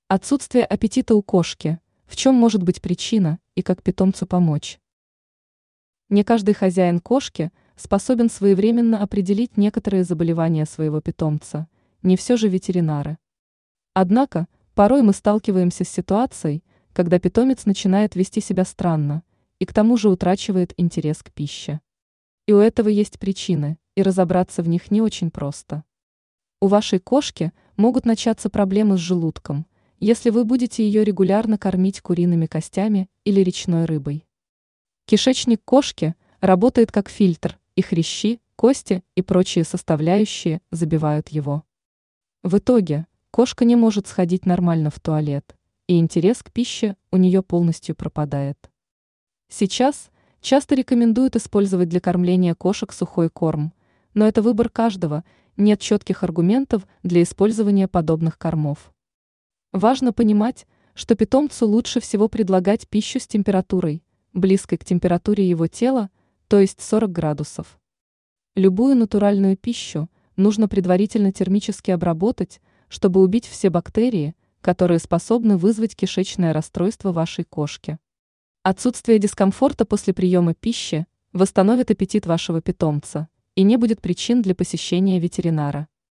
Отсутствие аппетита у кошки. В чем может быть причина и как питомцу помочь? Не каждый хозяин кошки способен своевременно определить некоторые заболевания своего питомца, не все же ветеринары. Однако, порой мы сталкиваемся с ситуацией, когда питомец начинает вести себя странно и к тому же утрачивает интерес к пище. И у этого есть причины, и разобраться в них не очень просто. У вашей кошки могут начаться проблемы с желудком, если вы будете ее регулярно кормить куриными костями или речной рыбой. Кишечник кошки работает как фильтр, и хрящи, кости и прочие составляющие забивают его. В итоге кошка не может сходить нормально в туалет, и интерес к пище у нее полностью пропадает. Сейчас часто рекомендуют использовать для кормления кошек сухой корм, но это выбор каждого, нет четких аргументов для использования подобных кормов. Важно понимать, что питомцу лучше всего предлагать пищу с температурой, близкой к температуре его тела, то есть 40 градусов. Любую натуральную пищу нужно предварительно термически обработать, чтобы убить все бактерии, которые способны вызвать кишечное расстройство вашей кошки. Отсутствие дискомфорта после приема пищи восстановит аппетит вашего питомца и не будет причин для посещения ветеринара.